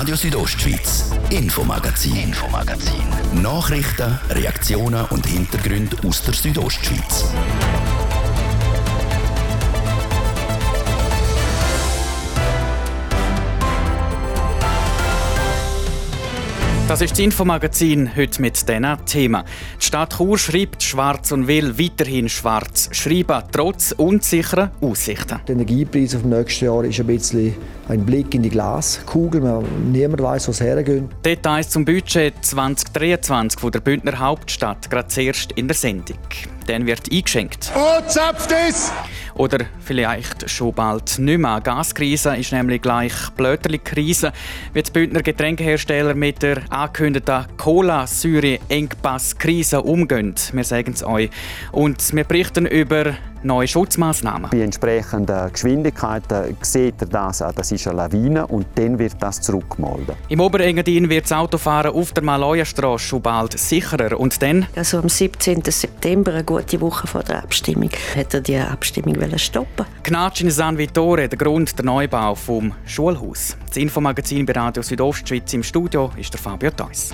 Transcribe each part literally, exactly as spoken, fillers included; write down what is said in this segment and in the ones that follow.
Radio Südostschweiz, Infomagazin. Infomagazin. Nachrichten, Reaktionen und Hintergründe aus der Südostschweiz. Das ist das Infomagazin heute mit diesen Themen. Die Stadt Chur schreibt schwarz und will weiterhin schwarz schreiben, trotz unsicherer Aussichten. Der Energiepreis auf nächstes Jahr ist ein bisschen ein Blick in die Glaskugel. Niemand weiss, was hergeht. Details zum Budget zwanzig dreiundzwanzig von der Bündner Hauptstadt gerade zuerst in der Sendung. Dann wird eingeschenkt. Oh, zapft es! Oder vielleicht schon bald nicht mehr. Gaskrise ist nämlich gleich Blöterli-Krise, wie die Bündner Getränkehersteller mit der angekündigten Cola-Säure-Engpass-Krise umgehen. Wir sagen es euch. Und wir berichten über neue Schutzmaßnahmen. Bei entsprechenden Geschwindigkeiten sieht ihr das, das ist eine Lawine und dann wird das zurückgemeldet. Im Oberengadin wird das Autofahren auf der Malojastrasse schon bald sicherer. Und dann? Also am siebzehnten September, eine gute Woche vor der Abstimmung, hat er die Abstimmung stoppen. Gnatsch in San Vittore, der Grund der Neubau vom Schulhaus. Das Infomagazin bei Radio Südostschweiz im Studio ist der Fabio Theus.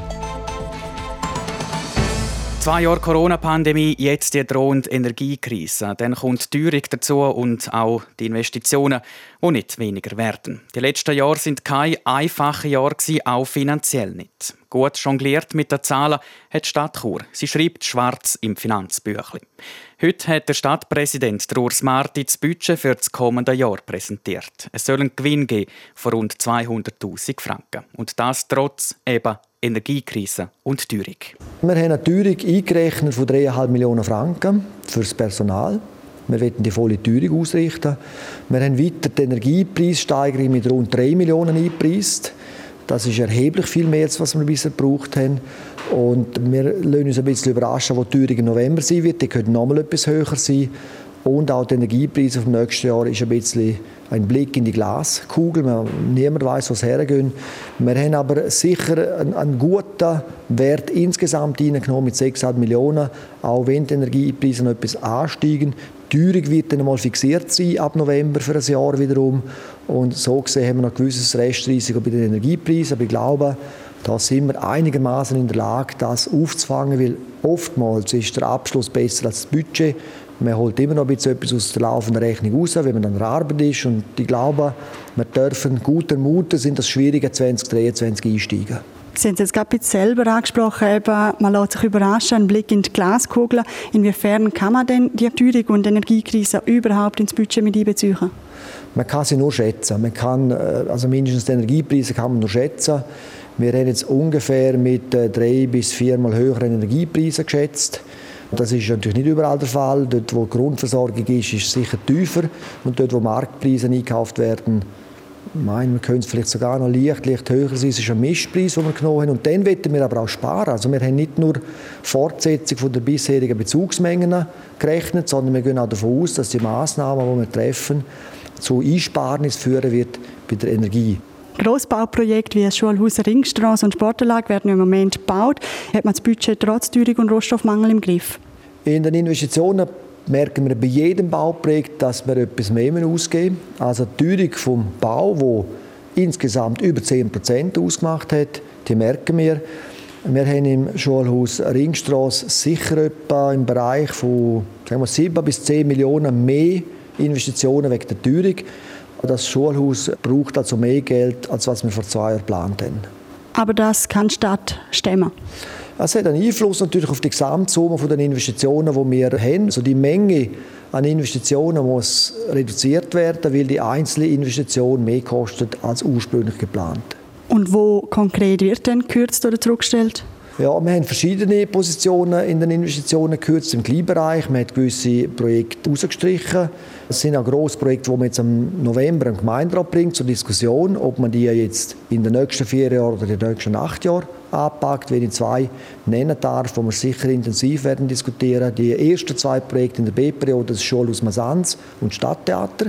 Zwei Jahre Corona-Pandemie, jetzt die drohende Energiekrise. Dann kommt die Teuerung dazu und auch die Investitionen, die nicht weniger werden. Die letzten Jahre sind keine einfachen Jahre, auch finanziell nicht. Gut jongliert mit den Zahlen hat die Stadt Chur. Sie schreibt schwarz im Finanzbüchlein. Heute hat der Stadtpräsident Urs Marti das Budget für das kommende Jahr präsentiert. Es soll einen Gewinn geben von rund zweihunderttausend Franken. Und das trotz eben Energiekrise und Teuerung. Wir haben eine Teuerung eingerechnet von drei Komma fünf Millionen Franken für das Personal. Wir wollen die volle Teuerung ausrichten. Wir haben weiter die Energiepreissteigerung mit rund drei Millionen eingepreist. Das ist erheblich viel mehr, als was wir bisher gebraucht haben. Und wir lassen uns ein bisschen überraschen, wo die Teuerung im November sein wird. Die könnte noch mal etwas höher sein. Und auch der Energiepreis auf nächstes Jahr ist ein bisschen ein Blick in die Glaskugel. Niemand weiss, was hergeht. Wir haben aber sicher einen, einen guten Wert insgesamt reingenommen mit sechs Komma fünf Millionen. Auch wenn die Energiepreise noch etwas ansteigen. Die Teuerung wird dann einmal fixiert sein ab November für ein Jahr wiederum. Und so gesehen haben wir noch ein gewisses Restrisiko bei den Energiepreisen. Aber ich glaube, da sind wir einigermaßen in der Lage, das aufzufangen, weil oftmals ist der Abschluss besser als das Budget. Man holt immer noch ein bisschen etwas aus der laufenden Rechnung raus, wenn man dann an der Arbeit ist. Und ich glaube, wir dürfen gut ermuten, in das schwierige zwanzig dreiundzwanzig einsteigen. Sie haben es jetzt gerade selber angesprochen, eben, man lässt sich überraschen, ein Blick in die Glaskugel. Inwiefern kann man denn die Teuerung und die Energiekrise überhaupt ins Budget mit einbeziehen? Man kann sie nur schätzen. Man kann, also mindestens die Energiepreise kann man nur schätzen. Wir haben jetzt ungefähr mit drei bis viermal höheren Energiepreisen geschätzt. Das ist natürlich nicht überall der Fall. Dort, wo die Grundversorgung ist, ist es sicher tiefer. Und dort, wo Marktpreise eingekauft werden, meine, wir können es vielleicht sogar noch leicht, leicht höher sein. Es ist ein Mischpreis, den wir genommen haben. Und dann wollen wir aber auch sparen. Also wir haben nicht nur Fortsetzung von der bisherigen Bezugsmengen gerechnet, sondern wir gehen auch davon aus, dass die Massnahmen, die wir treffen, zu Einsparnis führen wird bei der Energie. Grossbauprojekte wie das Schulhaus Ringstrasse und Sportanlage werden im Moment gebaut. Hat man das Budget trotz Teuerung und Rohstoffmangel im Griff? In den Investitionen merken wir bei jedem Bauprojekt, dass wir etwas mehr ausgeben müssen. Also die Teuerung vom Bau, die insgesamt über zehn Prozent ausgemacht hat, die merken wir. Wir haben im Schulhaus Ringstrasse sicher etwa im Bereich von sagen wir, sieben bis zehn Millionen mehr Investitionen wegen der Teuerung. Das Schulhaus braucht also mehr Geld, als was wir vor zwei Jahren geplant haben. Aber das kann die Stadt stemmen? Es hat einen Einfluss natürlich auf die Gesamtsumme der Investitionen, die wir haben. Also die Menge an Investitionen muss reduziert werden, weil die einzelne Investition mehr kostet als ursprünglich geplant. Und wo konkret wird denn gekürzt oder zurückgestellt? Ja, wir haben verschiedene Positionen in den Investitionen gekürzt im Kleinbereich. Wir haben gewisse Projekte rausgestrichen. Es sind auch grosse Projekte, die man jetzt im November im Gemeinderat bringt zur Diskussion, ob man die jetzt in den nächsten vier Jahren oder in den nächsten acht Jahren anpackt. Wenn ich zwei nennen darf, die wir sicher intensiv werden diskutieren. Die ersten zwei Projekte in der B-Periode, das Schulhaus Masanz und das Stadttheater.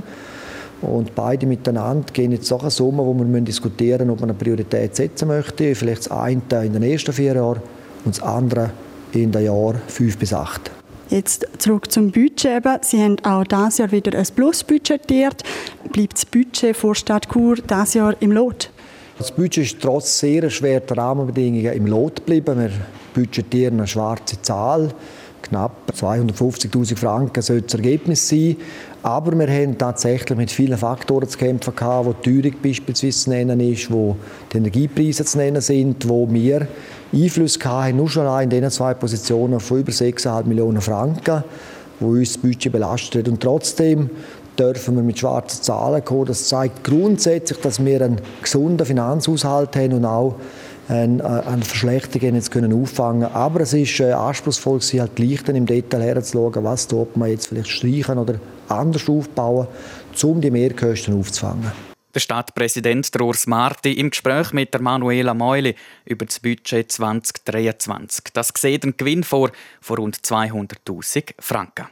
Und beide miteinander gehen jetzt auch eine Summe, wo wir diskutieren müssen, ob man eine Priorität setzen möchte. Vielleicht das eine in den ersten vier Jahren und das andere in den Jahren fünf bis acht. Jetzt zurück zum Budget. Sie haben auch dieses Jahr wieder ein Plus budgetiert. Bleibt das Budget vor Stadt Chur dieses Jahr im Lot? Das Budget ist trotz sehr erschwerter Rahmenbedingungen im Lot geblieben. Wir budgetieren eine schwarze Zahl. Knapp zweihundertfünfzigtausend Franken soll das Ergebnis sein. Aber wir haben tatsächlich mit vielen Faktoren zu kämpfen gehabt, wo die Teuerung beispielsweise zu nennen ist, wo die Energiepreise zu nennen sind, wo wir Einfluss hatten, nur schon in diesen zwei Positionen von über sechs Komma fünf Millionen Franken, wo uns das Budget belastet. Und trotzdem dürfen wir mit schwarzen Zahlen kommen. Das zeigt grundsätzlich, dass wir einen gesunden Finanzhaushalt haben und auch eine, eine Verschlechterung jetzt können auffangen. Aber es ist äh, anspruchsvoll, sich halt gleich dann im Detail herzuschauen, was tut man jetzt vielleicht streichen oder anders aufbauen, um die Mehrkosten aufzufangen. Der Stadtpräsident Urs Marti im Gespräch mit der Manuela Meuli über das Budget zwanzig dreiundzwanzig. Das sieht einen Gewinn vor von rund zweihunderttausend Franken.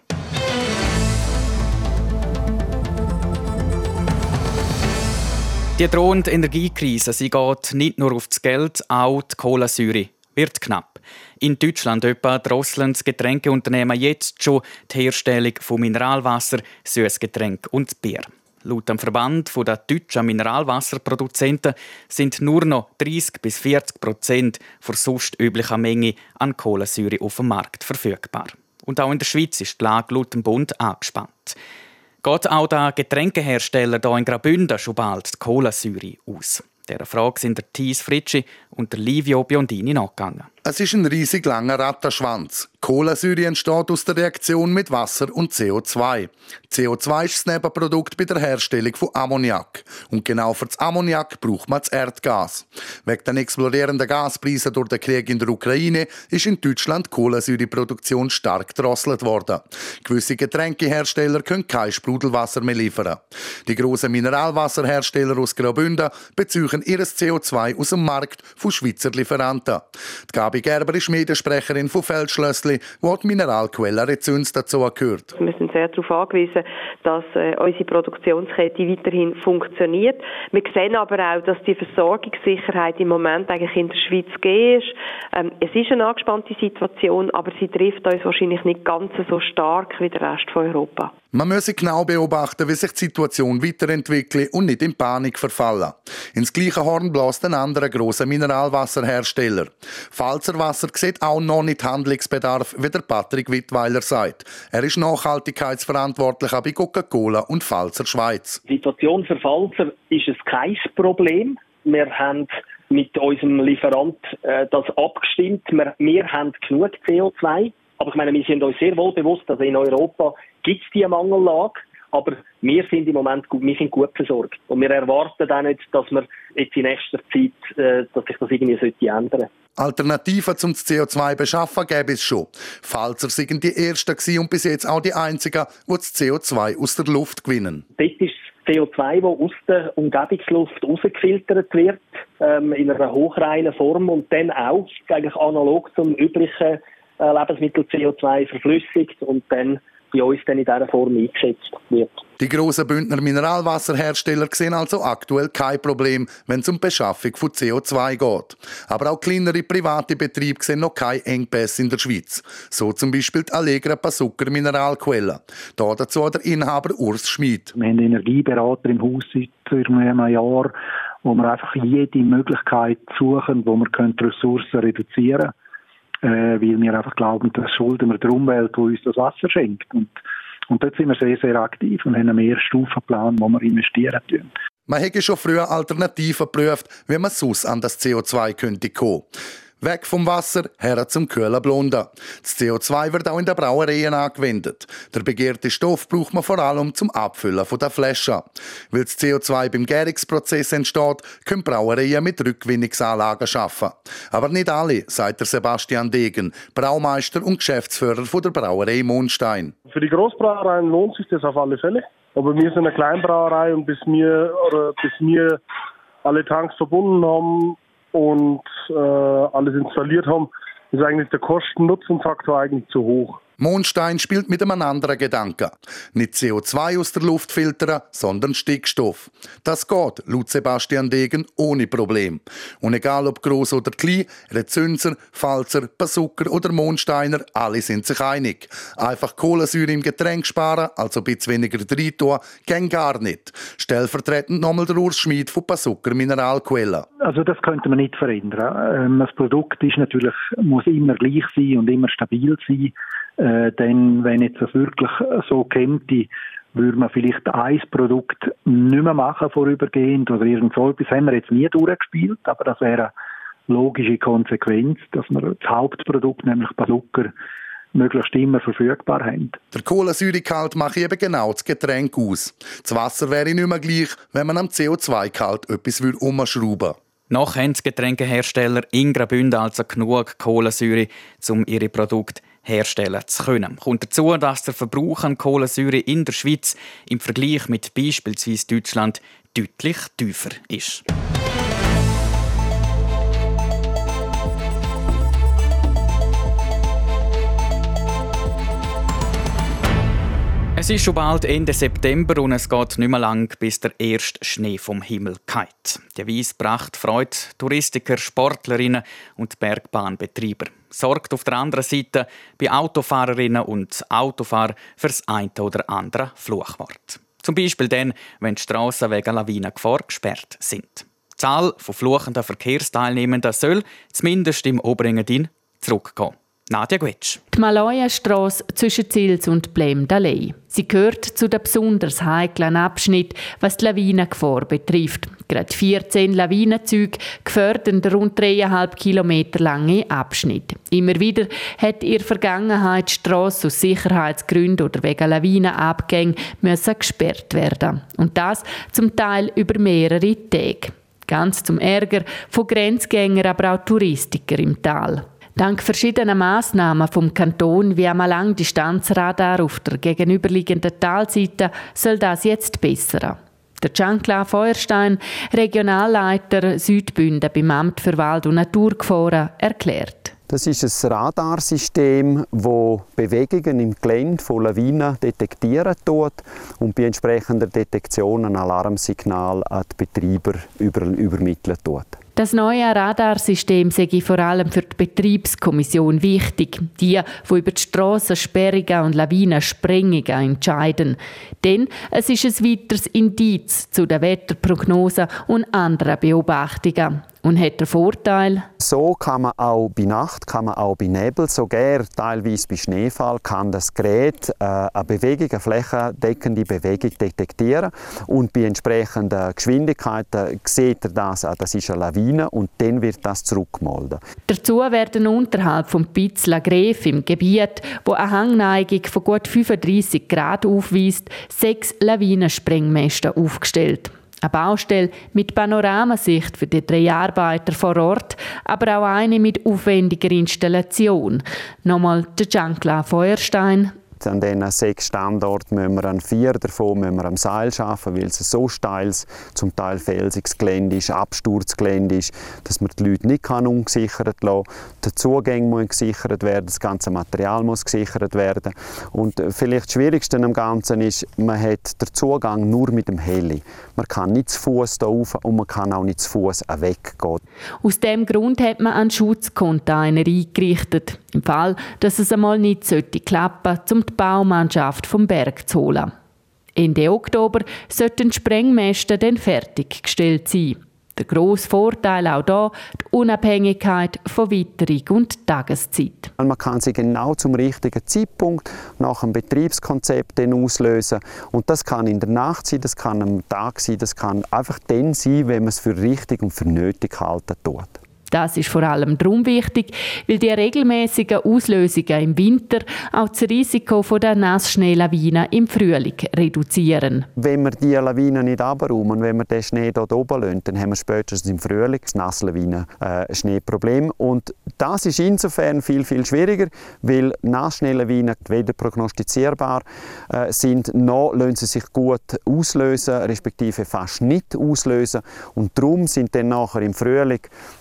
Die drohende Energiekrise, sie geht nicht nur auf das Geld, auch die Kohlensäure wird knapp. In Deutschland etwa drosseln das Getränkeunternehmen jetzt schon die Herstellung von Mineralwasser, Süßgetränk und Bier. Laut dem Verband der deutschen Mineralwasserproduzenten sind nur noch dreißig bis vierzig Prozent der sonst üblichen Menge an Kohlensäure auf dem Markt verfügbar. Und auch in der Schweiz ist die Lage laut dem Bund angespannt. Geht auch der Getränkehersteller hier in Graubünden schon bald die Kohlensäure aus? Dieser Frage sind der Thies Fritschi und der Livio Biondini nachgegangen. Es ist ein riesig langer Rattenschwanz. Kohlensäure entsteht aus der Reaktion mit Wasser und C O zwei. C O zwei ist das Nebenprodukt bei der Herstellung von Ammoniak. Und genau für das Ammoniak braucht man das Erdgas. Wegen den explodierenden Gaspreisen durch den Krieg in der Ukraine ist in Deutschland die Kohlensäureproduktion stark gedrosselt worden. Gewisse Getränkehersteller können kein Sprudelwasser mehr liefern. Die grossen Mineralwasserhersteller aus Graubünden beziehen ihr C O zwei aus dem Markt von Schweizer Lieferanten. Die Gabi Gerber ist Mediensprecherin von Feldschlössli, wo die Mineralquelle Rezüns dazu gehört. Wir sind sehr darauf angewiesen, dass äh, unsere Produktionskette weiterhin funktioniert. Wir sehen aber auch, dass die Versorgungssicherheit im Moment eigentlich in der Schweiz gegeben ist. Ähm, es ist eine angespannte Situation, aber sie trifft uns wahrscheinlich nicht ganz so stark wie der Rest von Europa. Man müsse genau beobachten, wie sich die Situation weiterentwickelt und nicht in Panik verfallen. Ins gleiche Horn bläst ein anderer grosser Mineralwasserhersteller. Pfalzer Wasser sieht auch noch nicht Handlungsbedarf, wie der Patrick Wittweiler sagt. Er ist Nachhaltigkeitsverantwortlicher bei Coca-Cola und Pfalzer Schweiz. Die Situation für Pfalzer ist es kein Problem. Wir haben mit unserem Lieferant äh, das abgestimmt. Wir, wir haben genug C O zwei. Aber ich meine, wir sind uns sehr wohl bewusst, dass in Europa gibt es diese Mangellage. Aber wir sind im Moment gut, wir sind gut versorgt. Und wir erwarten auch nicht, dass wir jetzt in nächster Zeit, äh, dass sich das irgendwie sollte ändern. Alternativen zum C O zwei beschaffen gäbe es schon. Pfalzer waren die Ersten und bis jetzt auch die Einzigen, die das C O zwei aus der Luft gewinnen. Dort ist das C O zwei, das aus der Umgebungsluft rausgefiltert wird, ähm, in einer hochreinen Form und dann auch eigentlich analog zum üblichen äh, Lebensmittel C O zwei verflüssigt und dann bei uns dann in dieser Form eingesetzt wird. Die grossen Bündner Mineralwasserhersteller sehen also aktuell kein Problem, wenn es um die Beschaffung von C O zwei geht. Aber auch kleinere private Betriebe sehen noch keine Engpässe in der Schweiz. So zum Beispiel die Allegra Pasucker Mineralquelle. Da dazu der Inhaber Urs Schmid. Wir haben Energieberater im Haus seit einem Jahr, wo wir einfach jede Möglichkeit suchen, wo wir die Ressourcen reduzieren können. Äh, weil wir einfach glauben, das schulden wir der Umwelt, die uns das Wasser schenkt. Und, und dort sind wir sehr, sehr aktiv und haben einen Mehrstufenplan, wo wir investieren können. Man hätte schon früher Alternativen geprüft, wie man sonst an das C O zwei könnte kommen. Weg vom Wasser, her zum kühlen Blonden. Das C O zwei wird auch in den Brauereien angewendet. Der begehrte Stoff braucht man vor allem zum Abfüllen der Flaschen. Weil das C O zwei beim Gärungsprozess entsteht, können Brauereien mit Rückgewinnungsanlagen arbeiten. Aber nicht alle, sagt der Sebastian Degen, Braumeister und Geschäftsführer der Brauerei Mondstein. Für die Großbrauereien lohnt sich das auf alle Fälle. Aber wir sind eine Kleinbrauerei und bis wir, oder bis wir alle Tanks verbunden haben, und äh, alles installiert haben, ist eigentlich der Kosten-Nutzen-Faktor eigentlich zu hoch. Mondstein spielt mit einem anderen Gedanken. Nicht C O zwei aus der Luft filtern, sondern Stickstoff. Das geht, laut Sebastian Degen, ohne Problem. Und egal ob gross oder klein, Rezünser, Pfalzer, Basucker oder Mondsteiner, alle sind sich einig. Einfach Kohlensäure im Getränk sparen, also ein bisschen weniger rein tun, geht gar nicht. Stellvertretend nochmal der Urs Schmid von Basucker Mineralquellen. Also das könnte man nicht verändern. Das Produkt ist natürlich, muss immer gleich sein und immer stabil sein. Äh, denn wenn jetzt das wirklich so käme, würde man vielleicht ein Produkt nicht mehr machen vorübergehend oder irgend so etwas. Das haben wir jetzt nie durchgespielt, aber das wäre eine logische Konsequenz, dass wir das Hauptprodukt, nämlich Basucker, möglichst immer verfügbar haben. Der Kohlensäuregehalt mache eben genau das Getränk aus. Das Wasser wäre nicht mehr gleich, wenn man am C O zwei Gehalt etwas umschrauben würde. Noch haben die Getränkehersteller in Graubünden also genug Kohlensäure, um ihre Produkte herstellen zu können. Kommt dazu, dass der Verbrauch an Kohlensäure in der Schweiz im Vergleich mit beispielsweise Deutschland deutlich tiefer ist. Es ist schon bald Ende September und es geht nicht mehr lang, bis der erste Schnee vom Himmel fällt. Die weisse Pracht freut Touristiker, Sportlerinnen und Bergbahnbetreiber. Sorgt auf der anderen Seite bei Autofahrerinnen und Autofahrern für das eine oder andere Fluchwort. Zum Beispiel dann, wenn die Strassen wegen Lawinengefahr gesperrt sind. Die Zahl von fluchenden Verkehrsteilnehmenden soll zumindest im Oberengadin zurückgehen. Nadja Gwetsch. Die Malaja-Strasse zwischen Zils und Blem-Daley. Sie gehört zu den besonders heiklen Abschnitten, was die Lawinengefahr betrifft. Gerade vierzehn Lawinenzüge gefährden den rund dreieinhalb Kilometer langen Abschnitt. Immer wieder hat in der Vergangenheit die Strasse aus Sicherheitsgründen oder wegen Lawinenabgängen müssen gesperrt werden. Und das zum Teil über mehrere Tage. Ganz zum Ärger von Grenzgängern, aber auch Touristikern im Tal. Dank verschiedener Massnahmen vom Kanton wie einem Langdistanzradar auf der gegenüberliegenden Talseite soll das jetzt bessern. Der Giancarlo Feuerstein, Regionalleiter Südbünden beim Amt für Wald- und Naturgefahren, erklärt. Das ist ein Radarsystem, das Bewegungen im Gelände von Lawinen detektieren tut und bei entsprechender Detektion ein Alarmsignal an die Betreiber über, übermitteln tut. Das neue Radarsystem sei vor allem für die Betriebskommission wichtig, die, die über die Strassensperrungen und Lawinensprengungen entscheiden. Denn es ist ein weiteres Indiz zu den Wetterprognosen und anderen Beobachtungen. Und hat den Vorteil? So kann man auch bei Nacht, kann man auch bei Nebel, sogar teilweise bei Schneefall, kann das Gerät äh, eine Bewegung, eine flächendeckende Bewegung detektieren. Und bei entsprechenden Geschwindigkeiten sieht er das, äh, das ist eine Lawine, und dann wird das zurückgemeldet. Dazu werden unterhalb vom Piz La Greve im Gebiet, wo eine Hangneigung von gut fünfunddreissig Grad aufweist, sechs Lawinensprengmasten aufgestellt. Eine Baustelle mit Panoramasicht für die drei Arbeiter vor Ort, aber auch eine mit aufwendiger Installation. Nochmal der Giancarlo Feuerstein. An diesen sechs Standorten müssen wir an vier davon müssen wir am Seil arbeiten, weil es so steiles, zum Teil felsiges Gelände ist, Absturzgelände ist, dass man die Leute nicht ungesichert lassen kann. Die Zugänge müssen gesichert werden, das ganze Material muss gesichert werden. Und vielleicht das Schwierigste am Ganzen ist, man hat den Zugang nur mit dem Heli. Man kann nicht zu Fuß hier rauf und man kann auch nicht zu Fuß weggehen. Aus diesem Grund hat man einen Schutzcontainer eingerichtet. Im Fall, dass es einmal nicht klappen sollte, um die Baumannschaft vom Berg zu holen. Ende Oktober sollten die Sprengmasten dann fertiggestellt sein. Der grosse Vorteil auch hier, die Unabhängigkeit von Witterung und Tageszeit. Man kann sie genau zum richtigen Zeitpunkt nach dem Betriebskonzept auslösen. Und das kann in der Nacht sein, das kann am Tag sein, das kann einfach dann sein, wenn man es für richtig und für nötig halten tut. Das ist vor allem darum wichtig, weil die regelmäßigen Auslösungen im Winter auch das Risiko der Nassschneelawinen im Frühling reduzieren. Wenn wir diese Lawinen nicht runterräumen, wenn wir den Schnee dort oben lassen, dann haben wir spätestens im Frühling das Nasslawinen-Schneeproblem. Und das ist insofern viel, viel schwieriger, weil Nassschneelawinen weder prognostizierbar äh, sind, noch lassen sie sich gut auslösen, respektive fast nicht auslösen. Und darum sind dann nachher im Frühling vermehrt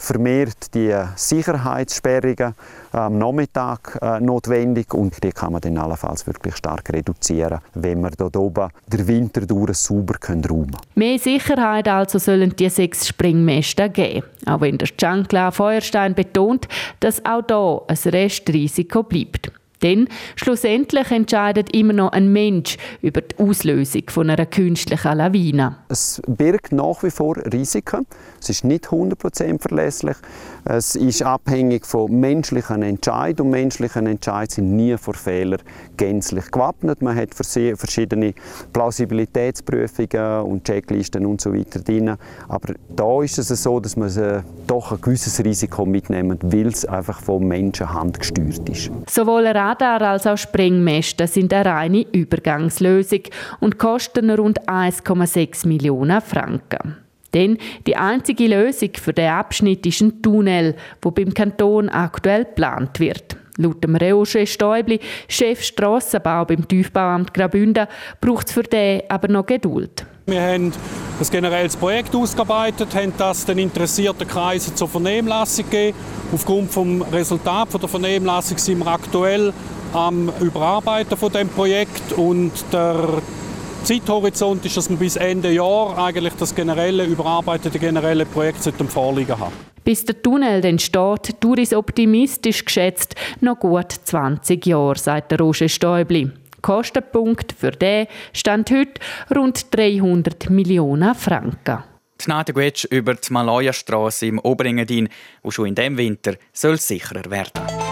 wird die Sicherheitssperrungen am Nachmittag äh, notwendig und die kann man dann allenfalls wirklich stark reduzieren, wenn wir dort oben den Winter durch sauber räumen können. Mehr Sicherheit also sollen die sechs Springmasten geben. Auch wenn der Giancarlo Feuerstein betont, dass auch hier ein Restrisiko bleibt. Denn schlussendlich entscheidet immer noch ein Mensch über die Auslösung von einer künstlichen Lawine. Es birgt nach wie vor Risiken. Es ist nicht hundert Prozent verlässlich. Es ist abhängig von menschlichen Entscheidungen. Und menschliche Entscheidungen sind nie vor Fehlern gänzlich gewappnet. Man hat verschiedene Plausibilitätsprüfungen und Checklisten und so weiter drin. Aber da ist es so, dass man doch ein gewisses Risiko mitnimmt, weil es einfach von Menschenhand gesteuert ist. Sowohl Radar als auch Sprengmasten sind eine reine Übergangslösung und kosten rund eins Komma sechs Millionen Franken. Denn die einzige Lösung für den Abschnitt ist ein Tunnel, der beim Kanton aktuell geplant wird. Laut dem Roger Stäubli, Chef Strassenbau beim Tiefbauamt Graubünden, braucht es für den aber noch Geduld. Wir haben ein generelles Projekt ausgearbeitet, haben das den interessierten Kreisen zur Vernehmlassung gegeben. Aufgrund des Resultats der Vernehmlassung sind wir aktuell am Überarbeiten von dem Projekt und der Zeithorizont ist, dass wir bis Ende Jahr eigentlich das generelle, überarbeitete generelle Projekt vorliegen haben. Bis der Tunnel dann steht, dauert es optimistisch geschätzt noch gut zwanzig Jahre, sagt der Roger Stäubli. Kostenpunkt für den stand heute rund dreihundert Millionen Franken. Die Nadia Guetsch über die Maloja-Strasse im Oberengadin, wo schon in diesem Winter soll sicherer werden.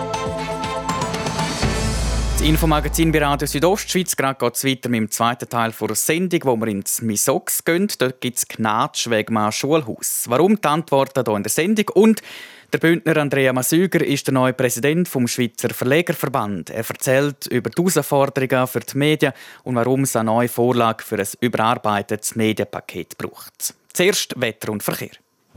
Das Infomagazin bei Radio Südostschweiz. Gerade geht es weiter mit dem zweiten Teil der Sendung, wo wir ins Misox gehen. Dort gibt es Gnatsch wegen einem Schulhaus. Warum? Die Antworten hier in der Sendung. Und der Bündner Andrea Masüger ist der neue Präsident vom Schweizer Verlegerverband. Er erzählt über die Herausforderungen für die Medien und warum es eine neue Vorlage für ein überarbeitetes Medienpaket braucht. Zuerst Wetter und Verkehr.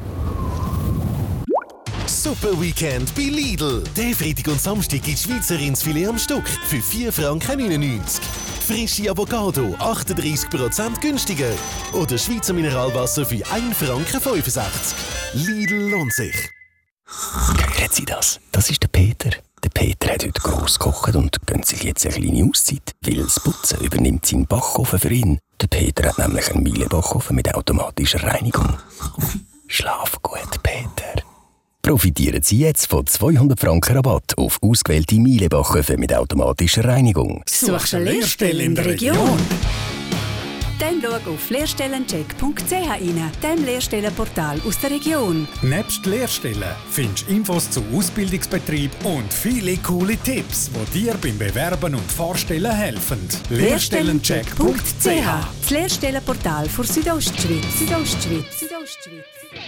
Super Weekend bei Lidl. Der Freitag und Samstag gibt Schweizer Rindsfilet am Stück für vier Franken neunundneunzig. Frische Avocado achtunddreißig Prozent günstiger. Oder Schweizer Mineralwasser für ein Franken fünfundsechzig. Lidl lohnt sich. Hören Sie das? Das ist der Peter. Der Peter hat heute gross gekocht und gönnt sich jetzt eine kleine Auszeit, weil das Putzen übernimmt seinen Backofen für ihn. Der Peter hat nämlich einen Miele-Backofen mit automatischer Reinigung. Schlaf gut, Peter. Profitieren Sie jetzt von zweihundert Franken Rabatt auf ausgewählte Miele-Backöfen mit automatischer Reinigung. Suchst du eine Lehrstelle in der Region? Dann schau auf lehrstellencheck punkt c h rein, dem Lehrstellenportal aus der Region. Nebst Lehrstellen findest du Infos zu Ausbildungsbetrieb und viele coole Tipps, die dir beim Bewerben und Vorstellen helfen. lehrstellencheck punkt c h, das Lehrstellenportal für Südostschweiz. Südostschweiz. Südostschweiz.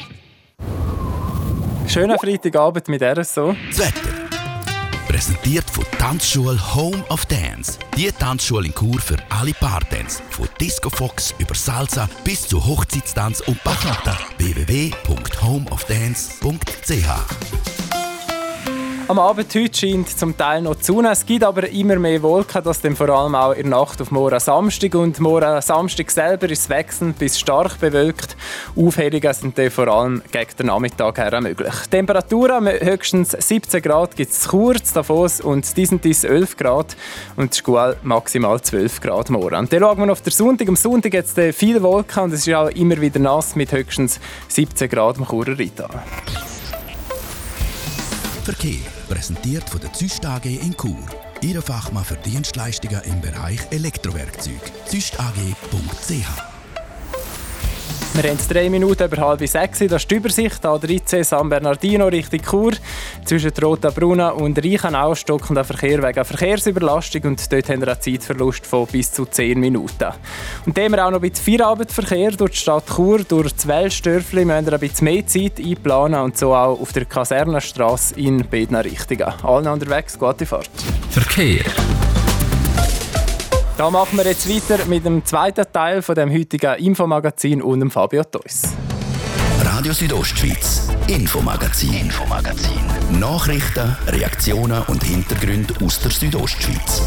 Schönen Freitagabend mit R S O. Das Wetter. Präsentiert von Tanzschule Home of Dance. Die Tanzschule in Chur für alle Partens. Von Disco Fox über Salsa bis zu Hochzeitstanz und Bachata. w w w punkt home of dance punkt c h. Am Abend heute scheint zum Teil noch die Sonne. Es gibt aber immer mehr Wolken, das dann vor allem auch in der Nacht auf morgen Samstag. Und morgen Samstag selber ist es wechselnd bis stark bewölkt. Aufhellungen sind dann vor allem gegen den Nachmittag her möglich. Temperaturen höchstens siebzehn Grad gibt es in Chur, in Davos und Disentis elf Grad und in Schkuhl maximal zwölf Grad morgen. Und dann schauen wir auf den Sonntag. Am Sonntag gibt es viele Wolken und es ist auch immer wieder nass mit höchstens siebzehn Grad im Churer Rital. Verkehr. Präsentiert von der Züst A G in Chur. Ihr Fachmann für Dienstleistungen im Bereich Elektrowerkzeug. züst a g punkt c h. Wir haben drei Minuten über halb sechs. Das ist die Übersicht. A dreizehn San Bernardino Richtung Chur. Zwischen Rotenbrunnen und Reichenau stockender Verkehr wegen Verkehrsüberlastung. Und dort haben wir einen Zeitverlust von bis zu zehn Minuten. Und dann haben wir auch noch ein bisschen Feierabendverkehr durch die Stadt Chur. Durch das Welschdörfli müssen wir ein bisschen mehr Zeit einplanen. Und so auch auf der Kasernenstrasse in beiden Richtungen. Allen unterwegs, gute Fahrt. Verkehr. Da machen wir jetzt weiter mit dem zweiten Teil von dem heutigen Infomagazin und dem Fabio Theus. Radio Südostschweiz, Infomagazin. Infomagazin. Nachrichten, Reaktionen und Hintergründe aus der Südostschweiz.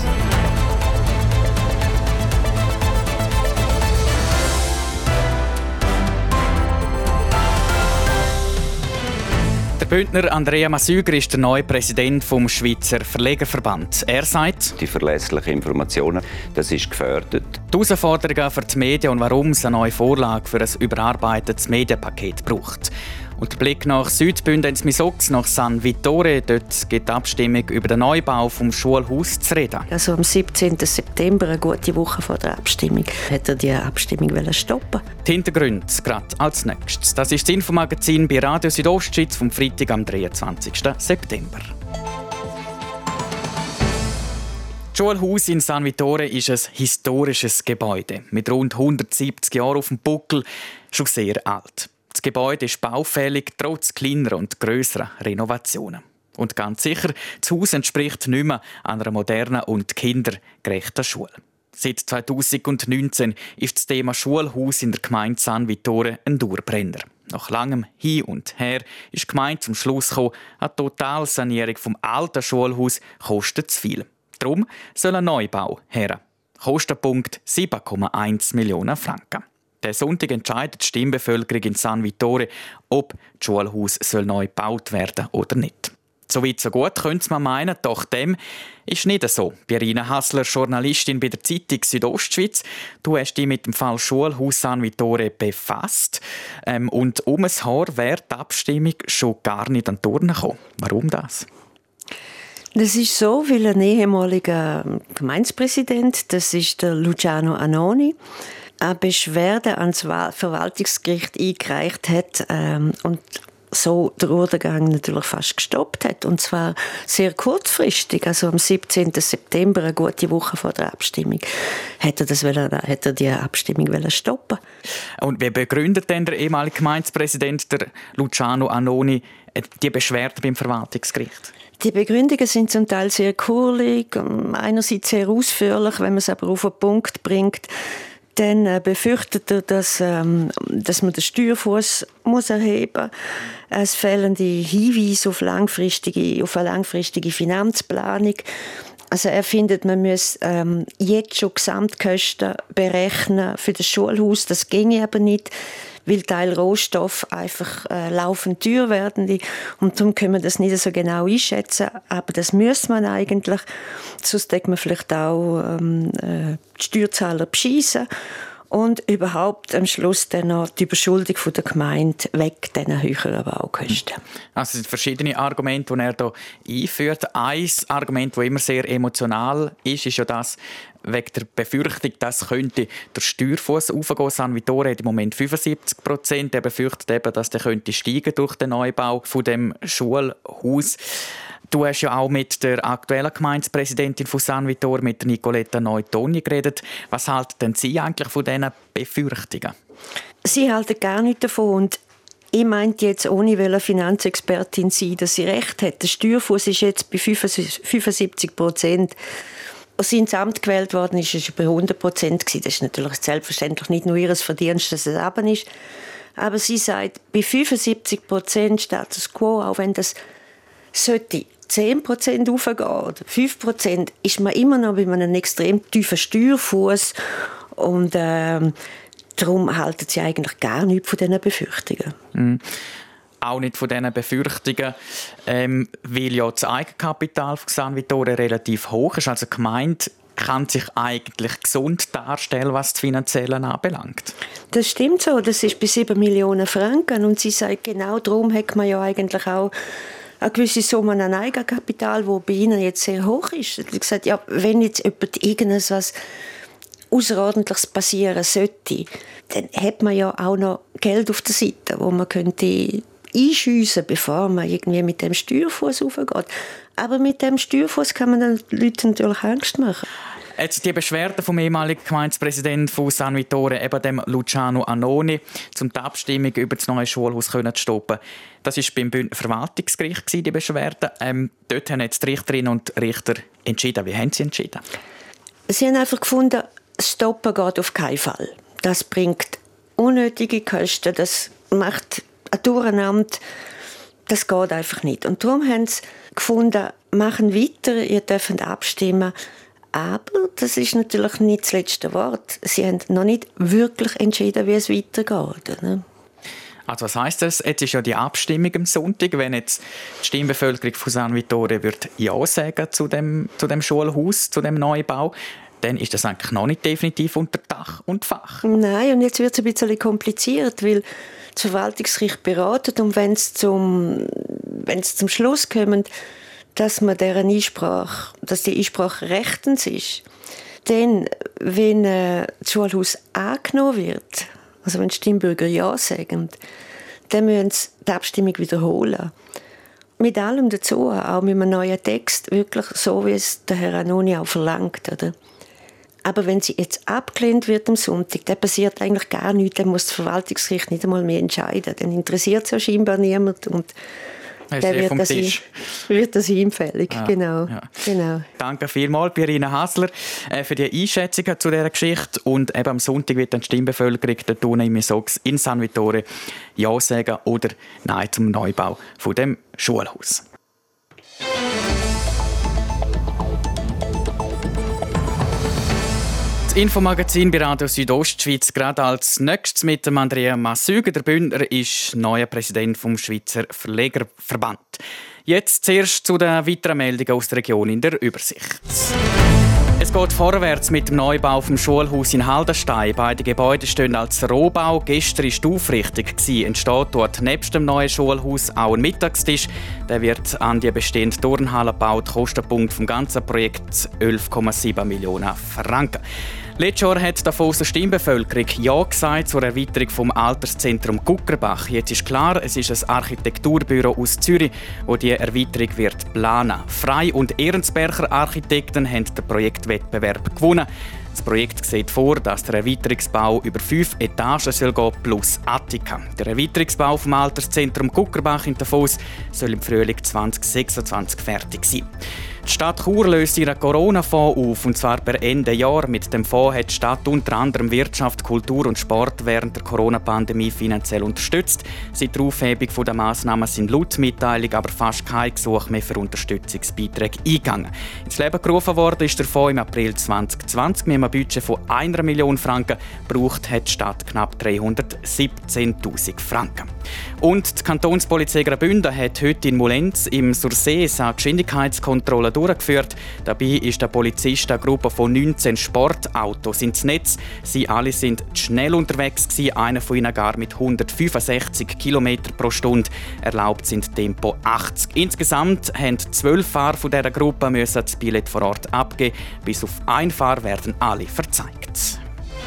Bündner Andrea Masüger ist der neue Präsident vom Schweizer Verlegerverband. Er sagt, die verlässlichen Informationen, das ist gefördert. Die Herausforderungen für die Medien und warum es eine neue Vorlage für ein überarbeitetes Medienpaket braucht. Und der Blick nach Südbünden ins Misox, nach San Vittore. Dort geht die Abstimmung über den Neubau vom Schulhaus zu reden. Also am siebzehnten September, eine gute Woche vor der Abstimmung, hat er die Abstimmung stoppen. Die Hintergründe gerade als nächstes. Das ist das Infomagazin bei Radio Südostschweiz vom Freitag am dreiundzwanzigsten September. Das Schulhaus in San Vittore ist ein historisches Gebäude. Mit rund hundertsiebzig Jahren auf dem Buckel, schon sehr alt. Das Gebäude ist baufällig, trotz kleiner und grösserer Renovationen. Und ganz sicher, das Haus entspricht nicht mehr einer modernen und kindergerechten Schule. Seit zweitausendneunzehn ist das Thema Schulhaus in der Gemeinde San Vittore ein Dauerbrenner. Nach langem Hin und Her ist die Gemeinde zum Schluss gekommen, eine Totalsanierung vom alten Schulhaus kostet zu viel. Darum soll ein Neubau her. Kostenpunkt sieben Komma eins Millionen Franken. Der Sonntag entscheidet die Stimmbevölkerung in San Vittore, ob das Schulhaus soll neu gebaut werden oder nicht. So weit, so gut, könnte man meinen, doch dem ist nicht so. Pierina Hassler, Journalistin bei der Zeitung Südostschweiz. Du hast dich mit dem Fall Schulhaus San Vittore befasst. Ähm, und um ein Haar wäre die Abstimmung schon gar nicht an die Turnen gekommen. Warum das? Das ist so, weil ein ehemaliger Gemeindepräsident, das ist der Luciano Annoni, eine Beschwerde ans Verwaltungsgericht eingereicht hat ähm, und so den Urteilgang natürlich fast gestoppt hat. Und zwar sehr kurzfristig, also am siebzehnten September, eine gute Woche vor der Abstimmung, hätte er, das wollen, hätte er die Abstimmung stoppen. Und wie begründet denn der ehemalige Gemeindepräsident, der Luciano Annoni, die Beschwerde beim Verwaltungsgericht? Die Begründungen sind zum Teil sehr kurlig, einerseits sehr ausführlich, wenn man es aber auf den Punkt bringt. Dann äh, befürchtet er, dass, ähm, dass man den Steuerfuss muss erheben muss. Es fehlende Hinweise auf, langfristige, auf eine langfristige Finanzplanung. Also er findet, man muss ähm, jetzt schon Gesamtkosten berechnen für das Schulhaus. Das ginge aber nicht, weil Teil Rohstoff einfach äh, laufend teuer werden. Und darum können wir das nicht so genau einschätzen. Aber das müsste man eigentlich. Sonst denkt man vielleicht auch ähm, äh, die Steuerzahler bescheissen. Und überhaupt am Schluss dann noch die Überschuldung der Gemeinde weg diesen höheren Baukosten. Also es sind verschiedene Argumente, die er hier einführt. Ein Argument, das immer sehr emotional ist, ist ja das, wegen der Befürchtung, dass könnte der Steuerfuss aufgehen. San Vittore hat im Moment fünfundsiebzig Prozent. Er befürchtet eben, dass der könnte steigen durch den Neubau von dem Schulhaus. Du hast ja auch mit der aktuellen Gemeindepräsidentin von San Vittore, mit Nicoletta Neutoni, geredet. Was halten denn Sie eigentlich von diesen Befürchtungen? Sie halten gar nichts davon. Und ich meinte jetzt, ohne Finanzexpertin zu sein, dass sie recht hat. Der Steuerfuss ist jetzt bei fünfundsiebzig Prozent. Als sie ins Amt gewählt worden ist, war es bei hundert Prozent. Das ist natürlich selbstverständlich nicht nur ihr Verdienst, dass es runter ist. Aber sie sagt, bei fünfundsiebzig Prozent Status quo, auch wenn das sollte zehn Prozent hochgehen oder fünf Prozent, ist man immer noch bei einem extrem tiefen Steuerfuss. Und ähm, darum halten sie eigentlich gar nichts von diesen Befürchtungen. Mhm. Auch nicht von diesen Befürchtungen, ähm, weil ja das Eigenkapital von San Vittore relativ hoch ist. Also die Gemeinde kann sich eigentlich gesund darstellen, was das Finanzielle anbelangt. Das stimmt so. Das ist bei sieben Millionen Franken. Und sie sagt, genau darum hat man ja eigentlich auch eine gewisse Summe an Eigenkapital, die bei ihnen jetzt sehr hoch ist. Sie hat gesagt, ja, wenn jetzt irgendetwas Außerordentliches passieren sollte, dann hat man ja auch noch Geld auf der Seite, wo man könnte einschiessen, bevor man irgendwie mit dem Steuerfuss raufgeht. Aber mit dem Steuerfuss kann man den Leuten natürlich Angst machen. Jetzt die Beschwerde vom ehemaligen Gemeindepräsidenten von San Vittore, eben dem Luciano Annoni, um die Abstimmung über das neue Schulhaus zu stoppen. Das war beim Bündner Verwaltungsgericht, die Beschwerde. Ähm, dort haben jetzt die Richterinnen und Richter entschieden. Wie haben sie entschieden? Sie haben einfach gefunden, stoppen geht auf keinen Fall. Das bringt unnötige Kosten, das macht ein Durcheinander. Das geht einfach nicht. Und darum haben sie gefunden, machen weiter, ihr dürft abstimmen. Aber das ist natürlich nicht das letzte Wort. Sie haben noch nicht wirklich entschieden, wie es weitergeht. Ne? Also was heisst das? Jetzt ist ja die Abstimmung am Sonntag. Wenn jetzt die Stimmbevölkerung von San Vittore wird Ja sagen zu dem, zu dem Schulhaus, zu dem Neubau, dann ist das eigentlich noch nicht definitiv unter Dach und Fach. Nein, und jetzt wird es ein bisschen kompliziert, weil das Verwaltungsgericht beratet und wenn es zum, wenn es zum Schluss kommt, dass man deren Einsprache, dass die Einsprache rechtens ist, dann, wenn äh, das Schulhaus angenommen wird, also wenn die Stimmbürger Ja sagen, dann müssen sie die Abstimmung wiederholen. Mit allem dazu, auch mit einem neuen Text, wirklich so, wie es der Herr Annoni auch verlangt. Oder? Aber wenn sie jetzt abgelehnt wird am Sonntag, dann passiert eigentlich gar nichts, dann muss das Verwaltungsgericht nicht einmal mehr entscheiden. Dann interessiert es ja scheinbar niemand und dann wird das, ein, wird das hinfällig. Ja, genau, ja. Genau. Danke vielmals, Pierina Hasler, äh, für die Einschätzungen zu dieser Geschichte. Und eben am Sonntag wird dann die Stimmbevölkerung der Tuna im Misox in San Vittore Ja sagen oder Nein zum Neubau von dem Schulhaus. Das Infomagazin bei Radio Südostschweiz gerade als nächstes mit dem Andrea Massüger. Der Bündner ist neuer Präsident vom Schweizer Verlegerverband. Jetzt zuerst zu den weiteren Meldungen aus der Region in der Übersicht. Es geht vorwärts mit dem Neubau vom Schulhaus in Haldenstein. Beide Gebäude stehen als Rohbau. Gestern war die Aufrichtung. Entsteht dort nebst dem neuen Schulhaus auch ein Mittagstisch. Der wird an die bestehende Turnhalle gebaut. Kostenpunkt des ganzen Projekts elf Komma sieben Millionen Franken. Letztes Jahr hat davon die Stimmbevölkerung Ja gesagt zur Erweiterung vom Alterszentrum Guckerbach. Jetzt ist klar, es ist ein Architekturbüro aus Zürich, das die Erweiterung wird planen. Frey und Ehrensberger Architekten haben den Projektwettbewerb gewonnen. Das Projekt sieht vor, dass der Erweiterungsbau über fünf Etagen soll gehen, plus Attika. Der Erweiterungsbau vom Alterszentrum Guckerbach in Davos soll im Frühling zwanzig sechsundzwanzig fertig sein. Die Stadt Chur löst ihren Corona-Fonds auf, und zwar per Ende Jahr. Mit dem Fonds hat die Stadt unter anderem Wirtschaft, Kultur und Sport während der Corona-Pandemie finanziell unterstützt. Seit der Aufhebung der Massnahmen sind laut Mitteilung aber fast kein Gesuch mehr für Unterstützungsbeiträge eingegangen. Ins Leben gerufen worden ist der Fonds im April zwanzig zwanzig. Mit einem Budget von einer Million Franken braucht hat die Stadt knapp dreihundertsiebzehntausend Franken. Und die Kantonspolizei Graubünden hat heute in Mulenz im Sursees eine Geschwindigkeitskontrolle durchgeführt. Dabei ist der Polizist eine Gruppe von neunzehn Sportautos ins Netz. Sie alle sind schnell unterwegs gewesen, einer von ihnen gar mit hundertfünfundsechzig Kilometer pro Stunde. Erlaubt sind Tempo achtzig. Insgesamt haben zwölf Fahrer von dieser Gruppe müssen das Billett vor Ort abgeben. Bis auf einen Fahrer werden alle verzeigt.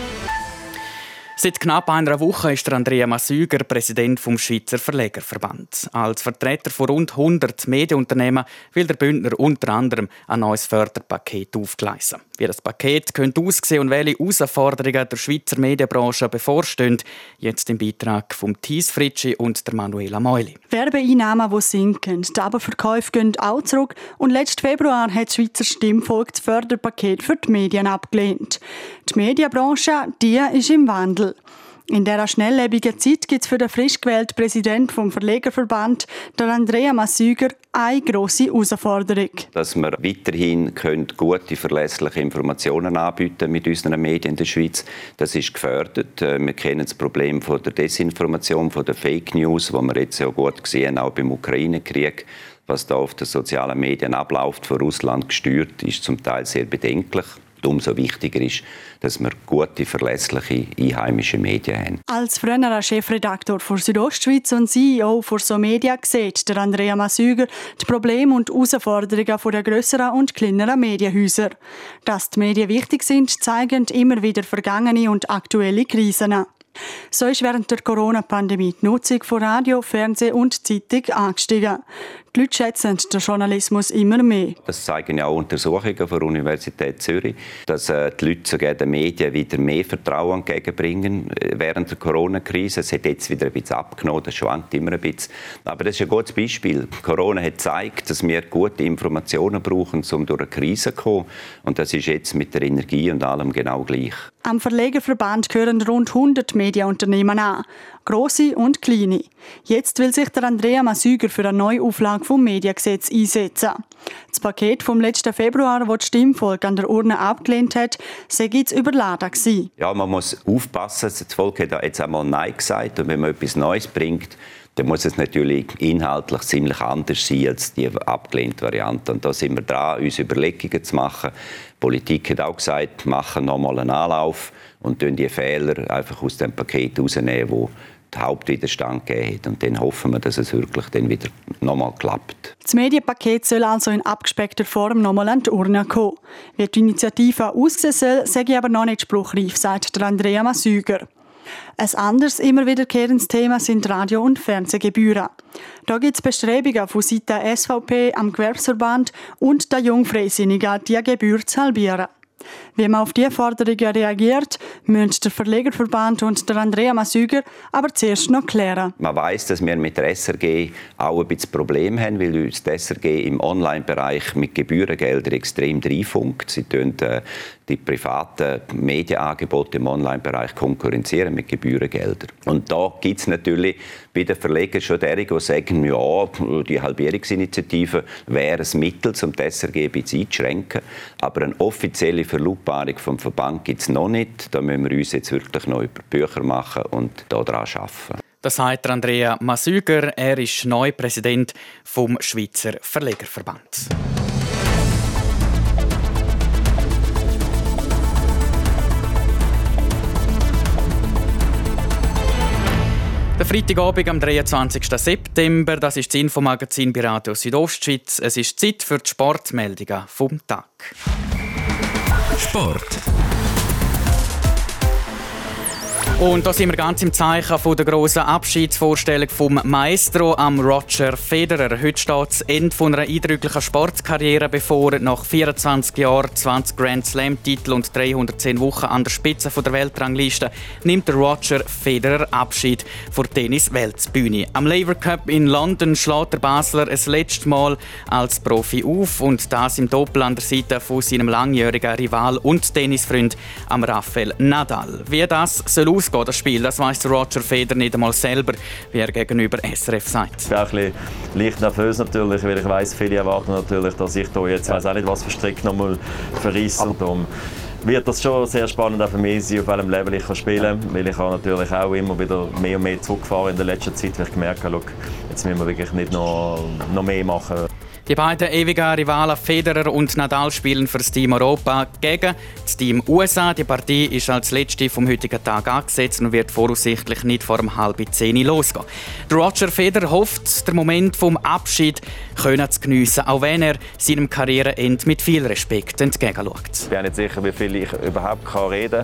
Seit knapp einer Woche ist der Andrea Massüger Präsident vom Schweizer Verlegerverband. Als Vertreter von rund hundert Medienunternehmen will der Bündner unter anderem ein neues Förderpaket aufgleisen. Wie das Paket könnte aussehen und welche Herausforderungen der Schweizer Medienbranche bevorstehen, jetzt im Beitrag von Thies Fritschi und der Manuela Meuli. Werbeeinnahmen, die sinken, die Aberverkäufe gehen auch zurück und letzten Februar hat das Schweizer Stimmvolk das Förderpaket für die Medien abgelehnt. Die Medienbranche, die ist im Wandel. In dieser schnelllebigen Zeit gibt es für den frisch gewählten Präsidenten vom Verlegerverband, der Andrea Massüger, eine grosse Herausforderung. Dass wir weiterhin gute, verlässliche Informationen anbieten mit unseren Medien in der Schweiz, das ist gefördert. Wir kennen das Problem von der Desinformation, von der Fake News, das wir jetzt sehr gut gesehen auch beim Ukraine-Krieg. Was da auf den sozialen Medien abläuft, von Russland gesteuert, ist zum Teil sehr bedenklich. Umso wichtiger ist, dass wir gute, verlässliche, einheimische Medien haben. Als früherer Chefredaktor für Südostschweiz und C E O für SoMedia sieht der Andrea Massüger die Probleme und Herausforderungen der grösseren und kleineren Medienhäuser. Dass die Medien wichtig sind, zeigen immer wieder vergangene und aktuelle Krisen. So ist während der Corona-Pandemie die Nutzung von Radio, Fernsehen und Zeitung angestiegen. Die Leute schätzen den Journalismus immer mehr. Das zeigen ja auch Untersuchungen von der Universität Zürich, dass äh, die Leute sogar den Medien wieder mehr Vertrauen entgegenbringen während der Corona-Krise. Es hat jetzt wieder ein bisschen abgenommen, das schwankt immer ein bisschen. Aber das ist ein gutes Beispiel. Corona hat gezeigt, dass wir gute Informationen brauchen, um durch eine Krise zu kommen. Und das ist jetzt mit der Energie und allem genau gleich. Am Verlegerverband gehören rund hundert Medienunternehmen an. grosse und kleine. Jetzt will sich der Andrea Masüger für eine Neuauflage vom Mediengesetz einsetzen. Das Paket vom letzten Februar, das die Stimmvolk an der Urne abgelehnt hat, sei jetzt überladen gewesen. Ja, man muss aufpassen. Das Volk hat jetzt einmal Nein gesagt. Und wenn man etwas Neues bringt, dann muss es natürlich inhaltlich ziemlich anders sein als die abgelehnte Variante. Und da sind wir dran, uns Überlegungen zu machen. Die Politik hat auch gesagt, machen noch mal einen Anlauf und die Fehler einfach aus dem Paket rausnehmen, wo den Hauptwiderstand gegeben hat. Und dann hoffen wir, dass es wirklich dann wieder noch mal klappt. Das Medienpaket soll also in abgespeckter Form noch mal an die Urne kommen. Wie die Initiative aussehen soll, sage ich aber noch nicht spruchreif, sagt der Andrea Masüger. Ein anderes immer wiederkehrendes Thema sind Radio- und Fernsehgebühren. Da gibt es Bestrebungen von Seiten der S V P, am Gewerbsverband und der Jungfreisinnigen, die Gebühr zu halbieren. Wie man auf diese Forderungen reagiert, müssen der Verlegerverband und der Andrea Masüger aber zuerst noch klären. Man weiss, dass wir mit der S R G auch ein bisschen Probleme haben, weil uns die S R G im Online-Bereich mit Gebührengeldern extrem reinfunkt. Sie tun äh, die privaten Medienangebote im Online-Bereich konkurrenzieren mit Gebührengeldern. Und da gibt es natürlich bei den Verlegern schon derige, die sagen, ja, die Halbierungsinitiative wäre ein Mittel, um die S R G ein bisschen einzuschränken. Aber eine offizielle Verlautbarung vom Verband gibt es noch nicht. Da müssen wir uns jetzt wirklich noch über Bücher machen und daran arbeiten. Das sagt Andrea Masüger. Er ist neu Präsident vom Schweizer Verlegerverband. Der Freitagabend am dreiundzwanzigsten September, das ist das Infomagazin bei Radio Südostschweiz. Es ist Zeit für die Sportmeldungen vom Tag. Sport. Und da sind wir ganz im Zeichen von der grossen Abschiedsvorstellung vom Maestro am Roger Federer. Heute steht das Ende einer eindrücklichen Sportkarriere bevor. Nach vierundzwanzig Jahren, zwanzig Grand Slam-Titel und dreihundertzehn Wochen an der Spitze der Weltrangliste nimmt der Roger Federer Abschied von der Tennis-Weltbühne. Am Laver Cup in London schlägt der Basler ein letztes Mal als Profi auf und das im Doppel an der Seite von seinem langjährigen Rival und Tennisfreund am Rafael Nadal. Wie das soll ausgehen, das Spiel, das weiss der Roger Federer nicht einmal selber, wie er gegenüber S R F sagt. Ich bin auch ein bisschen leicht nervös natürlich, weil ich weiss, viele erwarten natürlich, dass ich hier jetzt weiss auch nicht, was für Strick noch mal verreisse. Und darum wird das schon sehr spannend auch für mich sein, auf welchem Level ich spielen kann. Weil ich habe natürlich auch immer wieder mehr und mehr zurückgefahren in der letzten Zeit, weil ich gemerkt habe, jetzt müssen wir wirklich nicht noch, noch mehr machen. Die beiden ewigen Rivalen Federer und Nadal spielen für das Team Europa gegen das Team U S A. Die Partie ist als letzte vom heutigen Tag angesetzt und wird voraussichtlich nicht vor um halb zehn losgehen. Der Roger Federer hofft, den Moment vom Abschied können zu geniessen, auch wenn er seinem Karriereende mit viel Respekt entgegenschaut. Ich bin nicht sicher, wie viel ich überhaupt reden kann.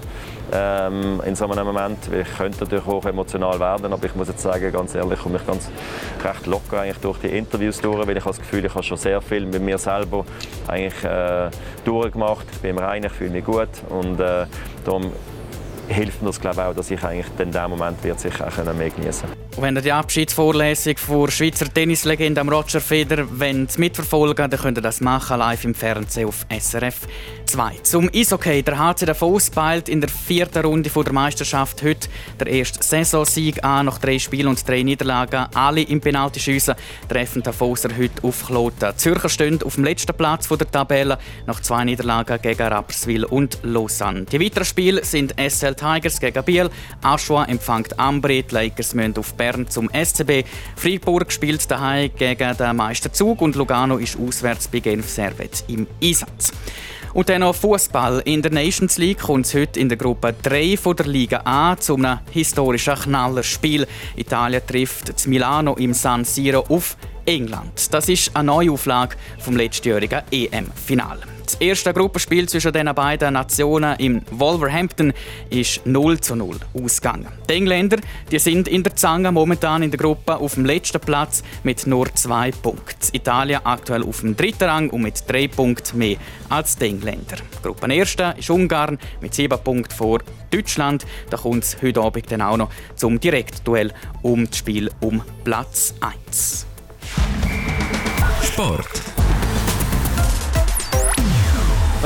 Ähm, in so einem Moment. Ich könnte natürlich hoch emotional werden, aber ich muss jetzt sagen, ganz ehrlich, ich komme mich ganz recht locker eigentlich durch die Interviews durch, weil ich habe das Gefühl, ich habe schon sehr viel mit mir selber eigentlich, äh, durchgemacht. Ich bin mir rein, ich fühle mich gut und äh, darum hilft mir das, glaube ich, auch, dass ich eigentlich in diesem Moment wird sicher auch mehr genießen kann. Und wenn ihr die Abschiedsvorlesung von Schweizer Tennislegende Roger Federer mitverfolgen wollt, dann könnt ihr das machen, live im Fernsehen auf S R F zwei. Zum Eishockey. Der H C Davos peilt in der vierten Runde der Meisterschaft heute der erste Saisonsieg an. Nach drei Spielen und drei Niederlagen, alle im Penaltyschiessen, treffen Davoser heute auf Kloten. Die Zürcher stehen auf dem letzten Platz der Tabelle nach zwei Niederlagen gegen Rapperswil und Lausanne. Die weiteren Spiele sind S L Tigers gegen Biel, Aschua empfängt Ambri, die Lakers müssen auf Bern zum S C B, Freiburg spielt daheim gegen den Meister Zug und Lugano ist auswärts bei Genf Servette im Einsatz. Und dann noch Fußball. In der Nations League kommt es heute in der Gruppe drei von der Liga A zu einem historischen Knallerspiel. Italien trifft das Milano im San Siro auf England. Das ist eine Neuauflage vom letztjährigen E M-Finale. Das erste Gruppenspiel zwischen den beiden Nationen im Wolverhampton ist null zu null ausgegangen. Die Engländer die sind in der Zange momentan in der Gruppe auf dem letzten Platz mit nur zwei Punkten. Italien aktuell auf dem dritten Rang und mit drei Punkten mehr als die Engländer. Gruppenerster ist Ungarn mit sieben Punkten vor Deutschland. Da kommt es heute Abend dann auch noch zum Direktduell um das Spiel um Platz eins. Sport.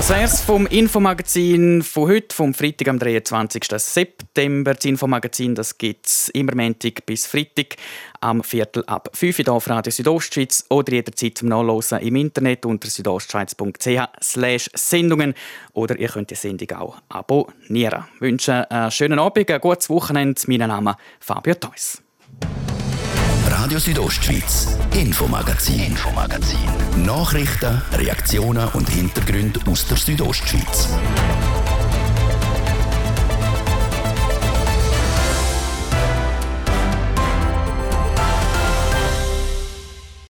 Das wär's vom Infomagazin von heute, vom Freitag am dreiundzwanzigsten September. Das Infomagazin gibt es immer Montag bis Freitag am Viertel ab fünf Uhr auf Radio Südostschweiz oder jederzeit zum Nachlesen im Internet unter südostschweiz punkt c h slash Sendungen oder ihr könnt die Sendung auch abonnieren. Ich wünsche einen schönen Abend, ein gutes Wochenende. Mein Name ist Fabio Theus. Radio Südostschweiz, Infomagazin. Infomagazin. Nachrichten, Reaktionen und Hintergründe aus der Südostschweiz.